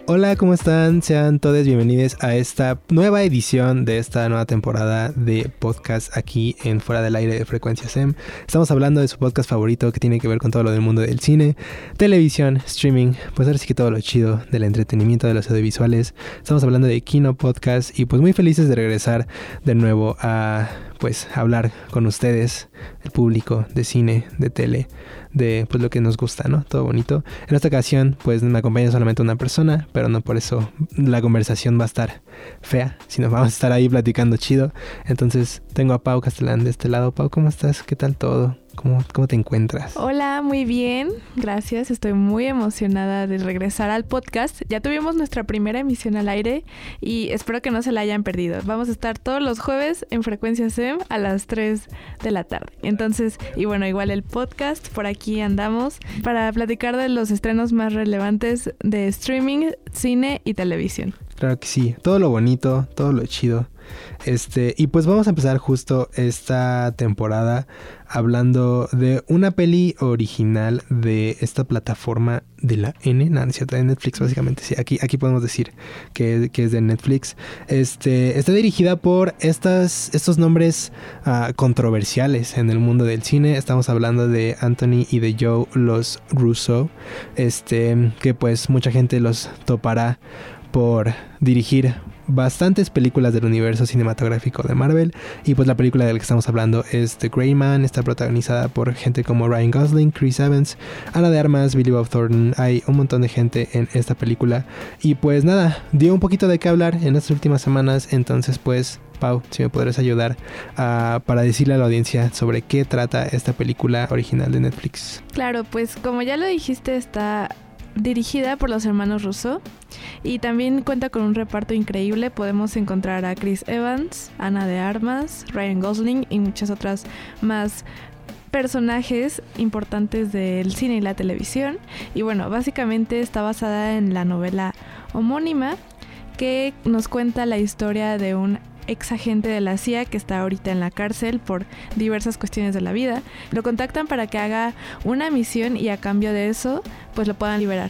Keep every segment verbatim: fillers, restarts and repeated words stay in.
Hola, ¿cómo están? Sean todos bienvenidos a esta nueva edición de esta nueva temporada de podcast aquí en Fuera del Aire de Frecuencia S E M. Estamos hablando de su podcast favorito que tiene que ver con todo lo del mundo del cine, televisión, streaming, pues ahora sí que todo lo chido del entretenimiento de los audiovisuales. Estamos hablando de Kino Podcast y pues muy felices de regresar de nuevo a pues hablar con ustedes, el público de cine, de tele, de pues lo que nos gusta, ¿no? Todo bonito. En esta ocasión pues me acompaña solamente una persona, pero no por eso la conversación va a estar fea, sino vamos a estar ahí platicando chido. Entonces tengo a Pau Castellán de este lado. Pau, ¿cómo estás? ¿Qué tal todo? ¿Cómo, ¿Cómo te encuentras? Hola, muy bien, gracias. Estoy muy emocionada de regresar al podcast. Ya tuvimos nuestra primera emisión al aire y espero que no se la hayan perdido. Vamos a estar todos los jueves en Frecuencia S E M a las tres de la tarde. Entonces, y bueno, igual el podcast, por aquí andamos para platicar de los estrenos más relevantes de streaming, cine y televisión. Claro que sí, todo lo bonito, todo lo chido. Este, y pues vamos a empezar justo esta temporada hablando de una peli original de esta plataforma de la N, no, no es cierto, de Netflix básicamente, sí, aquí, aquí podemos decir que, que es de Netflix. Este, está dirigida por estas, estos nombres uh, controversiales en el mundo del cine. Estamos hablando de Anthony y de Joe, los Russo, este, que pues mucha gente los topará por dirigir bastantes películas del universo cinematográfico de Marvel. Y pues la película de la que estamos hablando es The Gray Man. Está protagonizada por gente como Ryan Gosling, Chris Evans, Ana de Armas, Billy Bob Thornton. Hay un montón de gente en esta película. Y pues nada, dio un poquito de qué hablar en estas últimas semanas. Entonces pues, Pau, si me podrías ayudar uh, para decirle a la audiencia sobre qué trata esta película original de Netflix. Claro, pues como ya lo dijiste, está dirigida por los hermanos Russo y también cuenta con un reparto increíble. Podemos encontrar a Chris Evans, Ana de Armas, Ryan Gosling y muchas otras más personajes importantes del cine y la televisión. Y bueno, básicamente está basada en la novela homónima que nos cuenta la historia de un ex agente de la C I A que está ahorita en la cárcel por diversas cuestiones de la vida. Lo contactan para que haga una misión y a cambio de eso pues lo puedan liberar.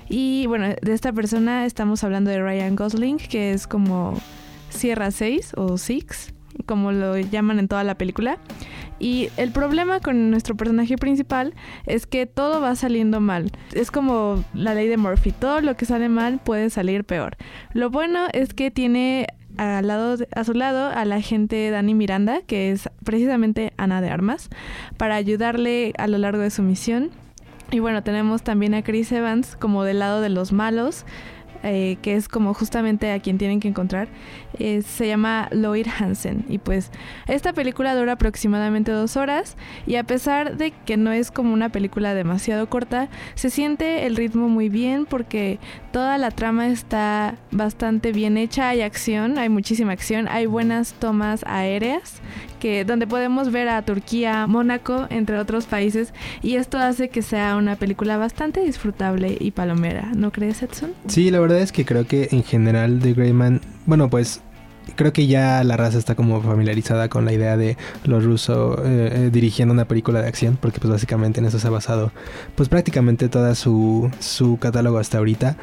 Y bueno, de esta persona estamos hablando de Ryan Gosling, que es como Sierra seis o Six, como lo llaman en toda la película. Y el problema con nuestro personaje principal es que todo va saliendo mal. Es como la ley de Murphy, todo lo que sale mal puede salir peor. Lo bueno es que tiene al lado, a su lado a la agente Dani Miranda, que es precisamente Ana de Armas, para ayudarle a lo largo de su misión. Y bueno, tenemos también a Chris Evans como del lado de los malos, eh, que es como justamente a quien tienen que encontrar. Eh, se llama Lloyd Hansen. Y pues esta película dura aproximadamente dos horas y a pesar de que no es como una película demasiado corta, se siente el ritmo muy bien porque toda la trama está bastante bien hecha. Hay acción, hay muchísima acción, hay buenas tomas aéreas que donde podemos ver a Turquía, Mónaco, entre otros países, y esto hace que sea una película bastante disfrutable y palomera, ¿no crees, Edson? Sí, la verdad es que creo que en general The Gray Man, bueno, pues creo que ya la raza está como familiarizada con la idea de los Russo eh, eh, dirigiendo una película de acción, porque pues básicamente en eso se ha basado pues prácticamente toda su, su catálogo hasta ahorita.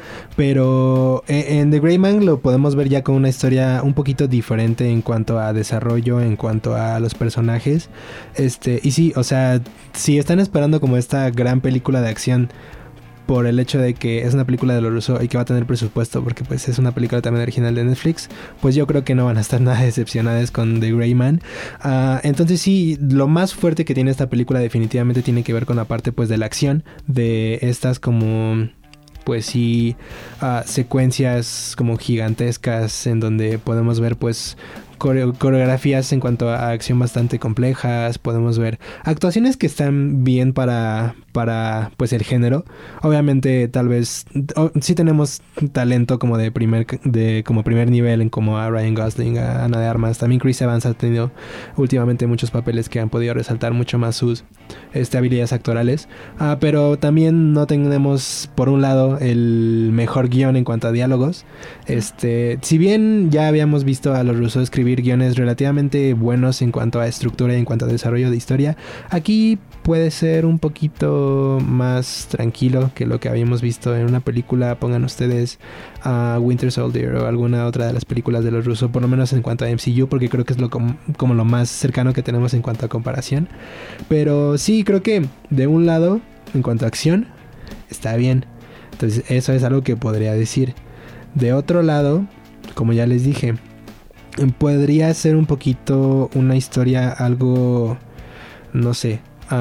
Pero eh, en The Gray Man lo podemos ver ya con una historia un poquito diferente en cuanto a desarrollo, en cuanto a los personajes. Este, y sí, o sea, si están esperando como esta gran película de acción por el hecho de que es una película de los Russo y que va a tener presupuesto porque pues es una película también original de Netflix, pues yo creo que no van a estar nada decepcionadas con The Gray Man. Uh, entonces sí, lo más fuerte que tiene esta película definitivamente tiene que ver con la parte pues de la acción, de estas como pues sí uh, secuencias como gigantescas en donde podemos ver pues coreografías en cuanto a acción bastante complejas. Podemos ver actuaciones que están bien para, para pues el género. Obviamente tal vez oh, sí tenemos talento como de primer de como primer nivel en como a Ryan Gosling, a Ana de Armas. También Chris Evans ha tenido últimamente muchos papeles que han podido resaltar mucho más sus este, habilidades actorales. Uh, pero también no tenemos por un lado el mejor guión en cuanto a diálogos. Este, si bien ya habíamos visto a los Russo escribir guiones relativamente buenos en cuanto a estructura y en cuanto a desarrollo de historia, aquí puede ser un poquito más tranquilo que lo que habíamos visto en una película. Pongan ustedes a uh, Winter Soldier o alguna otra de las películas de los rusos, por lo menos en cuanto a M C U, porque creo que es lo com- como lo más cercano que tenemos en cuanto a comparación. Pero sí, creo que de un lado, en cuanto a acción, está bien. Entonces eso es algo que podría decir. De otro lado, como ya les dije, podría ser un poquito una historia algo, no sé,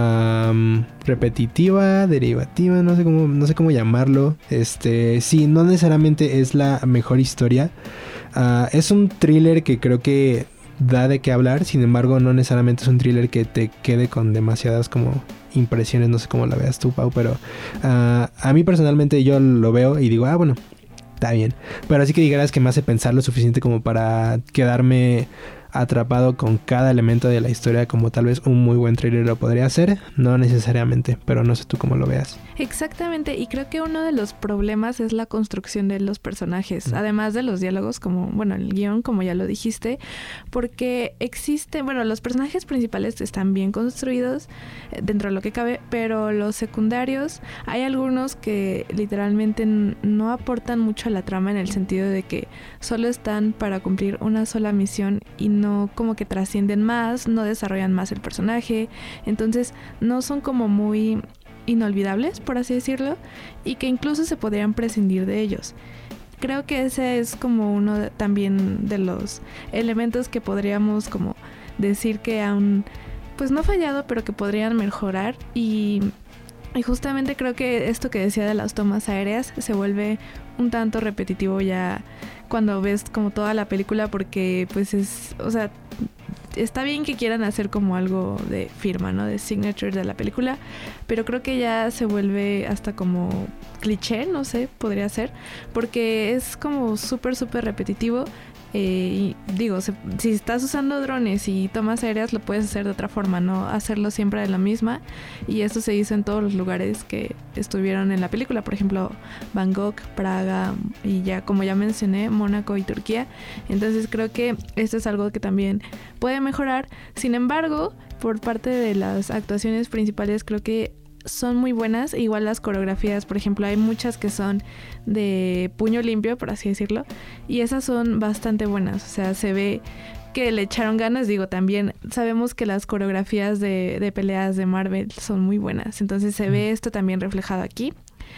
um, repetitiva, derivativa, no sé cómo, no sé cómo llamarlo. Este, sí, no necesariamente es la mejor historia. Uh, es un thriller que creo que da de qué hablar. Sin embargo, no necesariamente es un thriller que te quede con demasiadas como impresiones. No sé cómo la veas tú, Pau, pero uh, a mí personalmente yo lo veo y digo, ah, bueno, está bien. Pero así que dijeras que me hace pensar lo suficiente como para quedarme atrapado con cada elemento de la historia, como tal vez un muy buen thriller lo podría hacer, no necesariamente, pero no sé tú cómo lo veas. Exactamente, y creo que uno de los problemas es la construcción de los personajes, mm. además de los diálogos, como, bueno, el guión, como ya lo dijiste, porque existe, bueno, los personajes principales están bien construidos eh, dentro de lo que cabe, pero los secundarios, hay algunos que literalmente n- no aportan mucho a la trama, en el sentido de que solo están para cumplir una sola misión y no como que trascienden más, no desarrollan más el personaje, entonces no son como muy inolvidables, por así decirlo, y que incluso se podrían prescindir de ellos. Creo que ese es como uno de, también de los elementos que podríamos como decir que aún pues no fallado, pero que podrían mejorar, y, y justamente creo que esto que decía de las tomas aéreas se vuelve un tanto repetitivo ya cuando ves como toda la película, porque pues es, o sea, está bien que quieran hacer como algo de firma, ¿no? De signature de la película, pero creo que ya se vuelve hasta como cliché, no sé, podría ser, porque es como súper, súper repetitivo. Eh, y digo, se, si estás usando drones y tomas aéreas, lo puedes hacer de otra forma, no hacerlo siempre de la misma, y esto se hizo en todos los lugares que estuvieron en la película, por ejemplo Bangkok, Praga y ya como ya mencioné, Mónaco y Turquía. Entonces creo que esto es algo que también puede mejorar. Sin embargo, por parte de las actuaciones principales creo que son muy buenas, igual las coreografías, por ejemplo, hay muchas que son de puño limpio, por así decirlo, y esas son bastante buenas, o sea, se ve que le echaron ganas. Digo, también sabemos que las coreografías de, de peleas de Marvel son muy buenas, entonces se ve esto también reflejado aquí.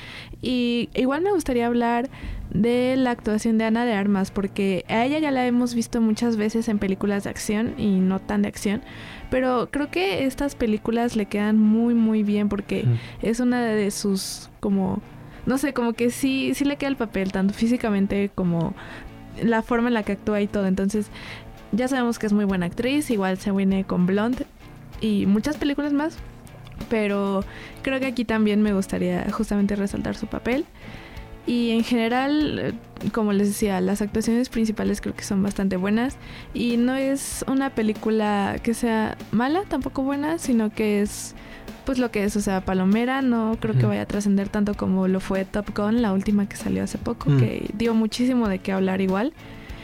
Y igual me gustaría hablar de la actuación de Ana de Armas, porque a ella ya la hemos visto muchas veces en películas de acción y no tan de acción, pero creo que estas películas le quedan muy muy bien, porque mm. es una de sus como, no sé, como que sí, sí le queda el papel, tanto físicamente como la forma en la que actúa y todo. Entonces ya sabemos que es muy buena actriz, igual se viene con Blonde y muchas películas más, pero creo que aquí también me gustaría justamente resaltar su papel. Y en general, como les decía, las actuaciones principales creo que son bastante buenas, y no es una película que sea mala, tampoco buena, sino que es pues lo que es, o sea, palomera. No creo uh-huh. que vaya a trascender tanto como lo fue Top Gun, la última que salió hace poco, uh-huh. que dio muchísimo de qué hablar igual.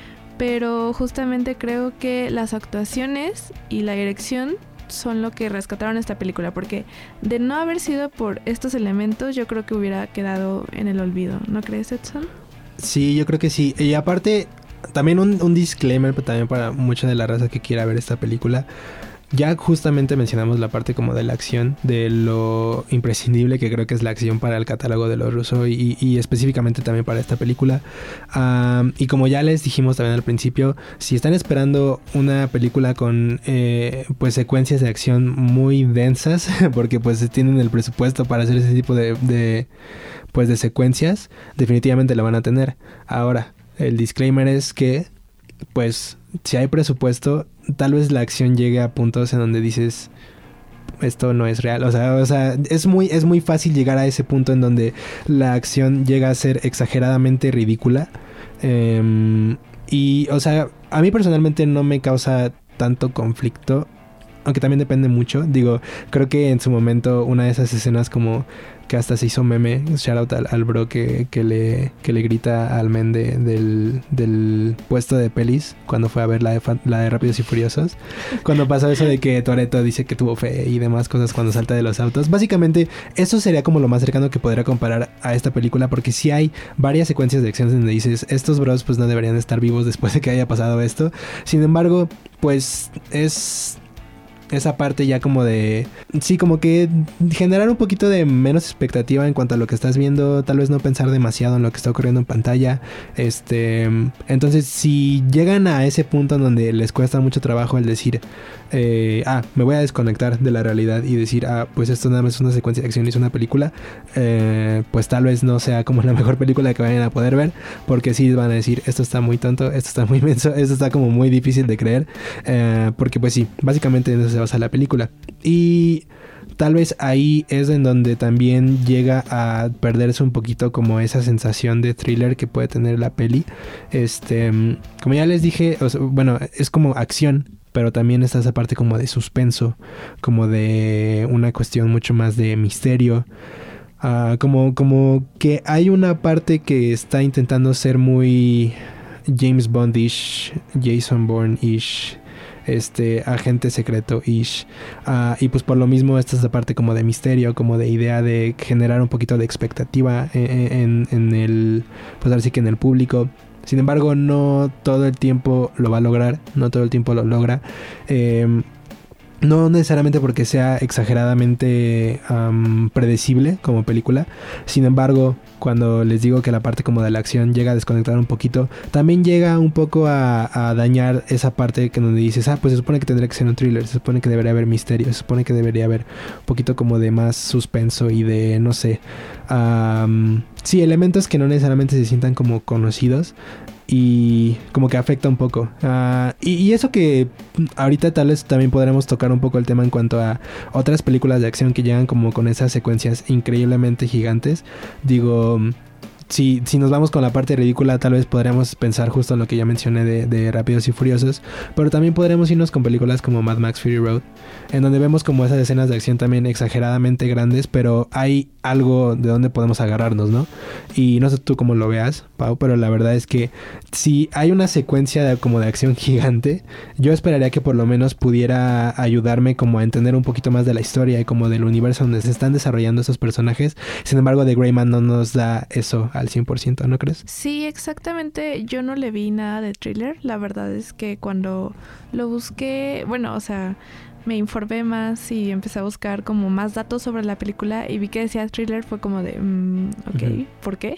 Pero justamente creo que las actuaciones y la dirección son lo que rescataron esta película, porque de no haber sido por estos elementos, yo creo que hubiera quedado en el olvido, ¿no crees, Edson? Sí, yo creo que sí. Y aparte, también un, un disclaimer también para mucha de la raza que quiera ver esta película. Ya justamente mencionamos la parte como de la acción, de lo imprescindible que creo que es la acción para el catálogo de los rusos, y, y específicamente también para esta película. Um, y como ya les dijimos también al principio, si están esperando una película con eh, pues secuencias de acción muy densas, porque pues tienen el presupuesto para hacer ese tipo de, de pues de secuencias, definitivamente la van a tener. Ahora, el disclaimer es que pues si hay presupuesto, tal vez la acción llegue a puntos en donde dices, esto no es real. O sea, o sea, es muy, es muy fácil llegar a ese punto en donde la acción llega a ser exageradamente ridícula. Eh, y, o sea, a mí personalmente no me causa tanto conflicto, aunque también depende mucho. Digo, creo que en su momento una de esas escenas como que hasta se hizo meme, shout out al, al bro que, que, le, que le grita al men de, del, del puesto de pelis cuando fue a ver la de, la de Rápidos y Furiosos. Cuando pasa eso de que Toretto dice que tuvo fe y demás cosas cuando salta de los autos. Básicamente, eso sería como lo más cercano que podría comparar a esta película, porque sí hay varias secuencias de acción donde dices, estos bros pues no deberían estar vivos después de que haya pasado esto. Sin embargo, pues es esa parte ya como de... Sí, como que generar un poquito de menos expectativa en cuanto a lo que estás viendo. Tal vez no pensar demasiado en lo que está ocurriendo en pantalla. Este... Entonces, si llegan a ese punto en donde les cuesta mucho trabajo el decir... Eh, ah, me voy a desconectar de la realidad y decir, ah, pues esto nada más es una secuencia de acción y es una película, eh, pues tal vez no sea como la mejor película que vayan a poder ver, porque sí van a decir, esto está muy tonto, esto está muy menso, esto está como muy difícil de creer, eh, porque pues sí, básicamente en eso se basa la película. Y tal vez ahí es en donde también llega a perderse un poquito como esa sensación de thriller que puede tener la peli. Este, como ya les dije, o sea, bueno, es como acción, pero también está esa parte como de suspenso, como de una cuestión mucho más de misterio. Uh, como, como que hay una parte que está intentando ser muy James Bond-ish, Jason Bourne-ish, este, agente secreto-ish. Uh, y pues por lo mismo esta es la parte como de misterio, como de idea de generar un poquito de expectativa en, en, en el, pues ahora sí que en el público. Sin embargo, no todo el tiempo lo va a lograr, no todo el tiempo lo logra. Eh, no necesariamente porque sea exageradamente um, predecible como película. Sin embargo, cuando les digo que la parte como de la acción llega a desconectar un poquito, también llega un poco a, a dañar esa parte que donde dices, ah, pues se supone que tendría que ser un thriller, se supone que debería haber misterio, se supone que debería haber un poquito como de más suspenso y de, no sé, um, sí, elementos que no necesariamente se sientan como conocidos. Y como que afecta un poco. Uh, y, y eso que ahorita tal vez también podremos tocar un poco el tema en cuanto a otras películas de acción que llegan como con esas secuencias increíblemente gigantes. Digo... Si, si nos vamos con la parte ridícula, tal vez podríamos pensar justo en lo que ya mencioné de, de Rápidos y Furiosos, pero también podremos irnos con películas como Mad Max Fury Road, en donde vemos como esas escenas de acción también exageradamente grandes, pero hay algo de donde podemos agarrarnos, ¿no? Y no sé tú cómo lo veas, Pau, pero la verdad es que si hay una secuencia de, como de acción gigante, yo esperaría que por lo menos pudiera ayudarme como a entender un poquito más de la historia y como del universo donde se están desarrollando esos personajes. Sin embargo, The Gray Man no nos da eso al cien por ciento, ¿no crees? Sí, exactamente. Yo no le vi nada de thriller. La verdad es que cuando lo busqué, bueno, o sea, me informé más y empecé a buscar como más datos sobre la película y vi que decía thriller, fue como de, mm, ok, uh-huh. ¿Por qué?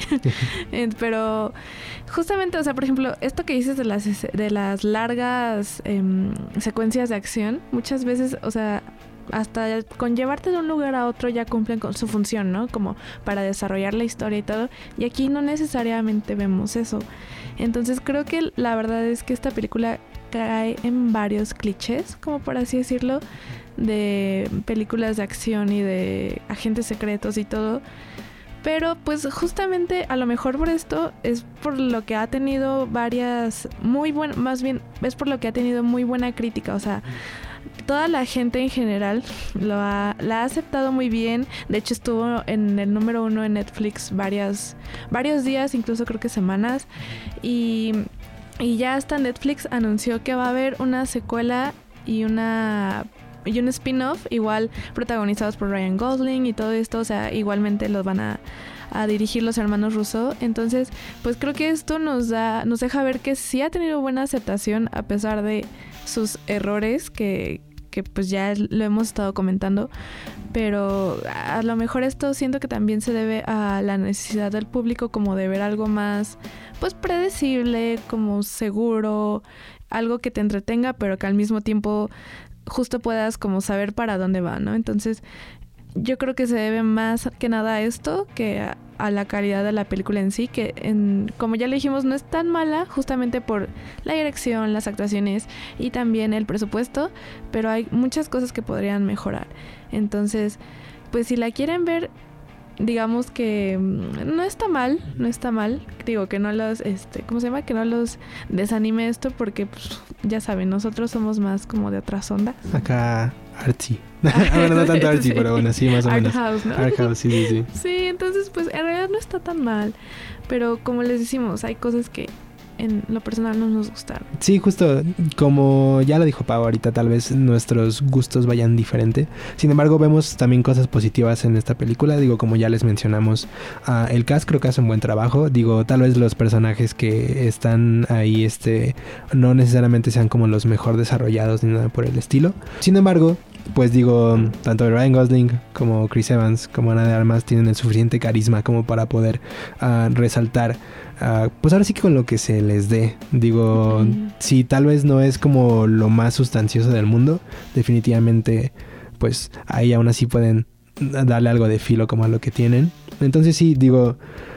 Pero justamente, o sea, por ejemplo, esto que dices de las, de las largas eh, secuencias de acción, muchas veces, o sea, hasta con llevarte de un lugar a otro ya cumplen con su función, ¿no? Como para desarrollar la historia y todo. Y aquí no necesariamente vemos eso. Entonces creo que la verdad es que esta película cae en varios clichés, como por así decirlo, de películas de acción y de agentes secretos y todo. Pero pues justamente a lo mejor por esto es por lo que ha tenido varias muy buenas, más bien es por lo que ha tenido muy buena crítica, o sea, toda la gente en general lo ha, la ha aceptado muy bien. De hecho estuvo en el número uno en Netflix varias, varios días, incluso creo que semanas. Y, y ya hasta Netflix anunció que va a haber una secuela y una... y un spin-off igual protagonizados por Ryan Gosling y todo esto, o sea, igualmente los van a, a dirigir los hermanos Russo. Entonces, pues creo que esto nos da, nos deja ver que sí ha tenido buena aceptación a pesar de sus errores que, que pues ya lo hemos estado comentando, pero a lo mejor esto siento que también se debe a la necesidad del público como de ver algo más pues predecible, como seguro, algo que te entretenga pero que al mismo tiempo justo puedas como saber para dónde va, ¿no? Entonces yo creo que se debe más que nada a esto que a, a la calidad de la película en sí, que en, como ya le dijimos no es tan mala justamente por la dirección, las actuaciones y también el presupuesto, pero hay muchas cosas que podrían mejorar. Entonces, pues si la quieren ver, digamos que no está mal, no está mal, digo que no los, este, ¿cómo se llama? Que no los desanime esto porque, pues, ya saben, nosotros somos más como de otra onda. Acá artsy. Bueno, no tanto artsy, sí. Pero bueno, sí, más o Art menos. House, ¿no? Art House, sí, sí, sí. Sí, entonces pues en realidad no está tan mal. Pero como les decimos, hay cosas que en lo personal no nos gustaron. Sí, justo como ya lo dijo Pau ahorita, tal vez nuestros gustos vayan diferente. Sin embargo, vemos también cosas positivas en esta película. Digo, como ya les mencionamos, uh, el cast creo que hace un buen trabajo. Digo, tal vez los personajes que están ahí este, no necesariamente sean como los mejor desarrollados ni nada por el estilo. Sin embargo, pues digo, tanto Ryan Gosling como Chris Evans como Ana de Armas tienen el suficiente carisma como para poder uh, resaltar, uh, pues ahora sí que con lo que se les dé. Digo, mm. si tal vez no es como lo más sustancioso del mundo, definitivamente pues ahí aún así pueden darle algo de filo como a lo que tienen. Entonces sí, digo...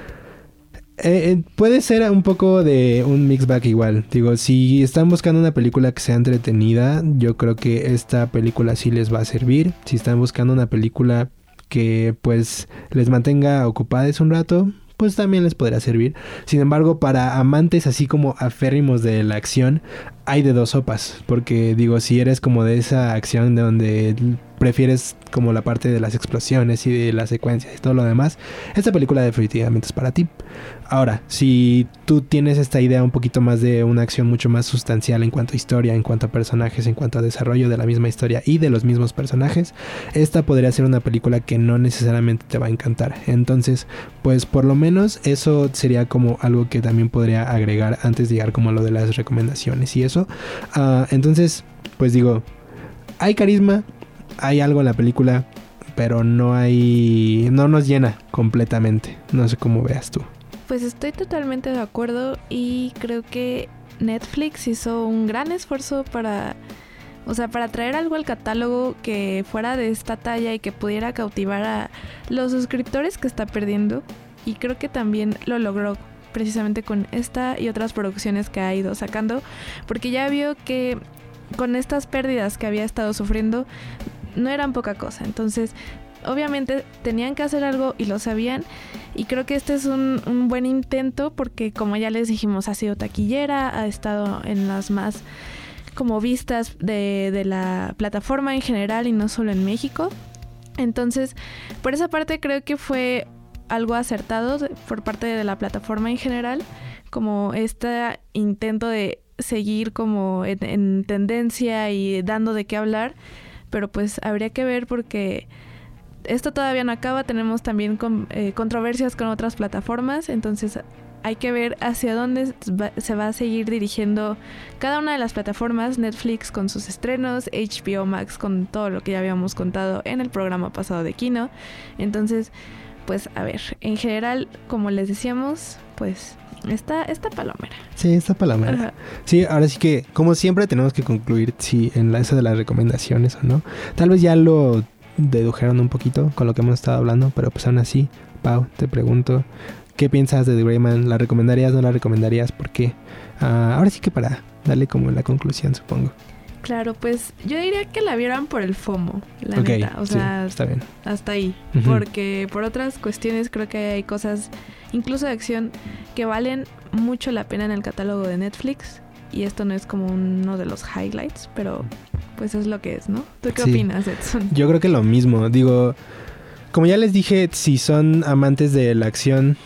Eh, eh, puede ser un poco de un mix back igual. Digo, si están buscando una película que sea entretenida, yo creo que esta película sí les va a servir. Si están buscando una película que pues les mantenga ocupadas un rato, pues también les podrá servir. Sin embargo, para amantes así como aférrimos de la acción, hay de dos sopas. Porque digo, si eres como de esa acción de donde prefieres como la parte de las explosiones y de las secuencias y todo lo demás, esta película definitivamente es para ti. Ahora, si tú tienes esta idea un poquito más de una acción mucho más sustancial en cuanto a historia, en cuanto a personajes, en cuanto a desarrollo de la misma historia y de los mismos personajes, esta podría ser una película que no necesariamente te va a encantar. Entonces, pues por lo menos eso sería como algo que también podría agregar antes de llegar como a lo de las recomendaciones y eso. Uh, entonces, pues digo, hay carisma, hay algo en la película, pero no hay, no nos llena completamente. No sé cómo veas tú. Pues estoy totalmente de acuerdo y creo que Netflix hizo un gran esfuerzo para, o sea, para traer algo al catálogo que fuera de esta talla y que pudiera cautivar a los suscriptores que está perdiendo. Y creo que también lo logró precisamente con esta y otras producciones que ha ido sacando, porque ya vio que con estas pérdidas que había estado sufriendo no eran poca cosa. Entonces, obviamente tenían que hacer algo y lo sabían, y creo que este es un, un buen intento porque, como ya les dijimos, ha sido taquillera, ha estado en las más como vistas de, de la plataforma en general y no solo en México. Entonces, por esa parte creo que fue algo acertado por parte de la plataforma en general, como este intento de seguir como en, en tendencia y dando de qué hablar, pero pues habría que ver porque esto todavía no acaba. Tenemos también con, eh, controversias con otras plataformas, entonces hay que ver hacia dónde se va a seguir dirigiendo cada una de las plataformas. Netflix con sus estrenos, H B O Max con todo lo que ya habíamos contado en el programa pasado de Kino. Entonces, pues a ver, en general, como les decíamos, pues está, está palomera. Sí, está palomera. Ajá. Sí, ahora sí que, como siempre, tenemos que concluir si en la esa de las recomendaciones o no. Tal vez ya lo dedujeron un poquito con lo que hemos estado hablando, pero pues aún así, Pau, te pregunto, ¿qué piensas de The Gray Man? ¿La recomendarías, no la recomendarías? ¿Por qué? Uh, ahora sí que para darle como la conclusión, supongo. Claro, pues yo diría que la vieran por el FOMO, la okay, neta. O sea, sí, está bien. Hasta ahí. Uh-huh. Porque por otras cuestiones creo que hay cosas, incluso de acción, que valen mucho la pena en el catálogo de Netflix. Y esto no es como uno de los highlights, pero pues es lo que es, ¿no? ¿Tú qué sí. opinas, Edson? Yo creo que lo mismo. Digo, como ya les dije, si son amantes de la acción,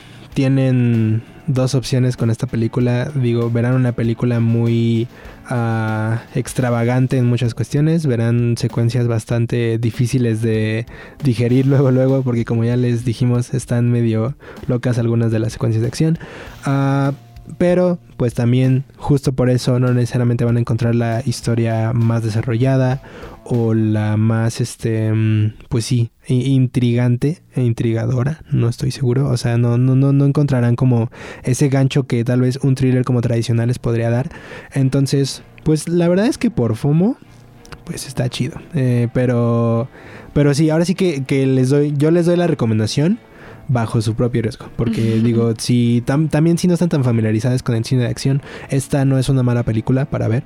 tienen dos opciones con esta película. Digo, verán una película muy uh, extravagante en muchas cuestiones. Verán secuencias bastante difíciles de digerir luego, luego, porque como ya les dijimos, están medio locas algunas de las secuencias de acción. Uh, pero, pues también, justo por eso, no necesariamente van a encontrar la historia más desarrollada o la más, este, pues sí, intrigante e intrigadora, no estoy seguro. O sea, no, no, no, no encontrarán como ese gancho que tal vez un thriller como tradicional les podría dar. Entonces, pues la verdad es que por FOMO, pues está chido. Eh, pero, pero sí, ahora sí que, que les doy, yo les doy la recomendación bajo su propio riesgo, porque digo, si tam, también si no están tan familiarizadas con el cine de acción, esta no es una mala película para ver.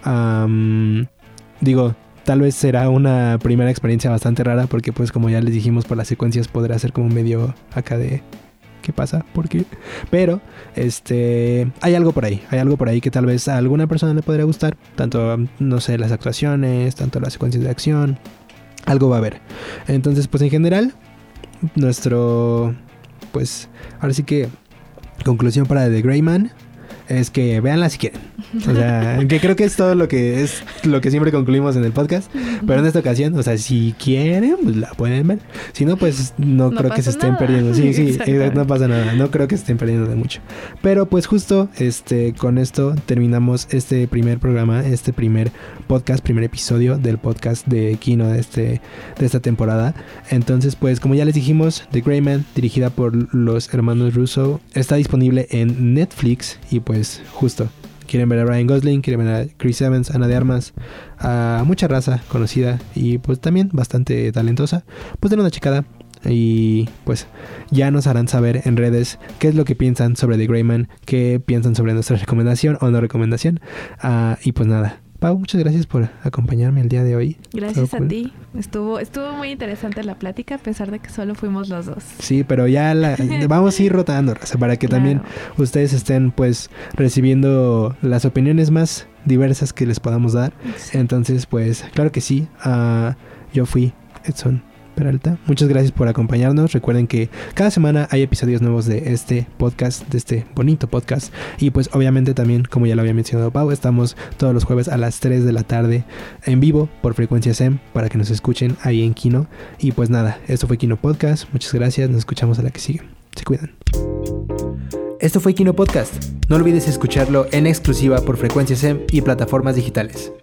Um, digo, tal vez será una primera experiencia bastante rara, porque pues como ya les dijimos, por las secuencias podrá ser como medio acá de qué pasa, por qué. Pero, este, hay algo por ahí, hay algo por ahí que tal vez a alguna persona le podría gustar. Tanto, no sé, las actuaciones, tanto las secuencias de acción. Algo va a haber. Entonces, pues en general, nuestro, pues, ahora sí que conclusión para The Gray Man es que véanla si quieren. O sea, que creo que es todo lo que es lo que siempre concluimos en el podcast. Pero en esta ocasión, o sea, si quieren, pues la pueden ver. Si no, pues no, no creo que se estén nada. perdiendo. Sí, sí, no pasa nada. No creo que se estén perdiendo de mucho. Pero pues justo este con esto terminamos este primer programa, este primer podcast, primer episodio del podcast de Kino de este de esta temporada. Entonces, pues como ya les dijimos, The Gray Man, dirigida por los hermanos Russo, está disponible en Netflix y pues justo quieren ver a Ryan Gosling, quieren ver a Chris Evans, Ana de Armas, a mucha raza conocida y pues también bastante talentosa, pues den una checada y pues ya nos harán saber en redes qué es lo que piensan sobre The Gray Man, qué piensan sobre nuestra recomendación o no recomendación. Uh, y pues nada, Pau, muchas gracias por acompañarme el día de hoy. Gracias cool. a ti. Estuvo estuvo muy interesante la plática, a pesar de que solo fuimos los dos. Sí, pero ya la, vamos a ir rotando, raza, para que claro. también ustedes estén pues recibiendo las opiniones más diversas que les podamos dar. Sí. Entonces, pues, claro que sí. Uh, yo fui Edson Peralta. Muchas gracias por acompañarnos. Recuerden que cada semana hay episodios nuevos de este podcast, de este bonito podcast. Y pues obviamente también, como ya lo había mencionado Pau, estamos todos los jueves a las tres de la tarde en vivo por Frecuencia S E M para que nos escuchen ahí en Kino. Y pues nada, esto fue Kino Podcast. Muchas gracias. Nos escuchamos a la que sigue. Se cuidan. Esto fue Kino Podcast. No olvides escucharlo en exclusiva por Frecuencia S E M y plataformas digitales.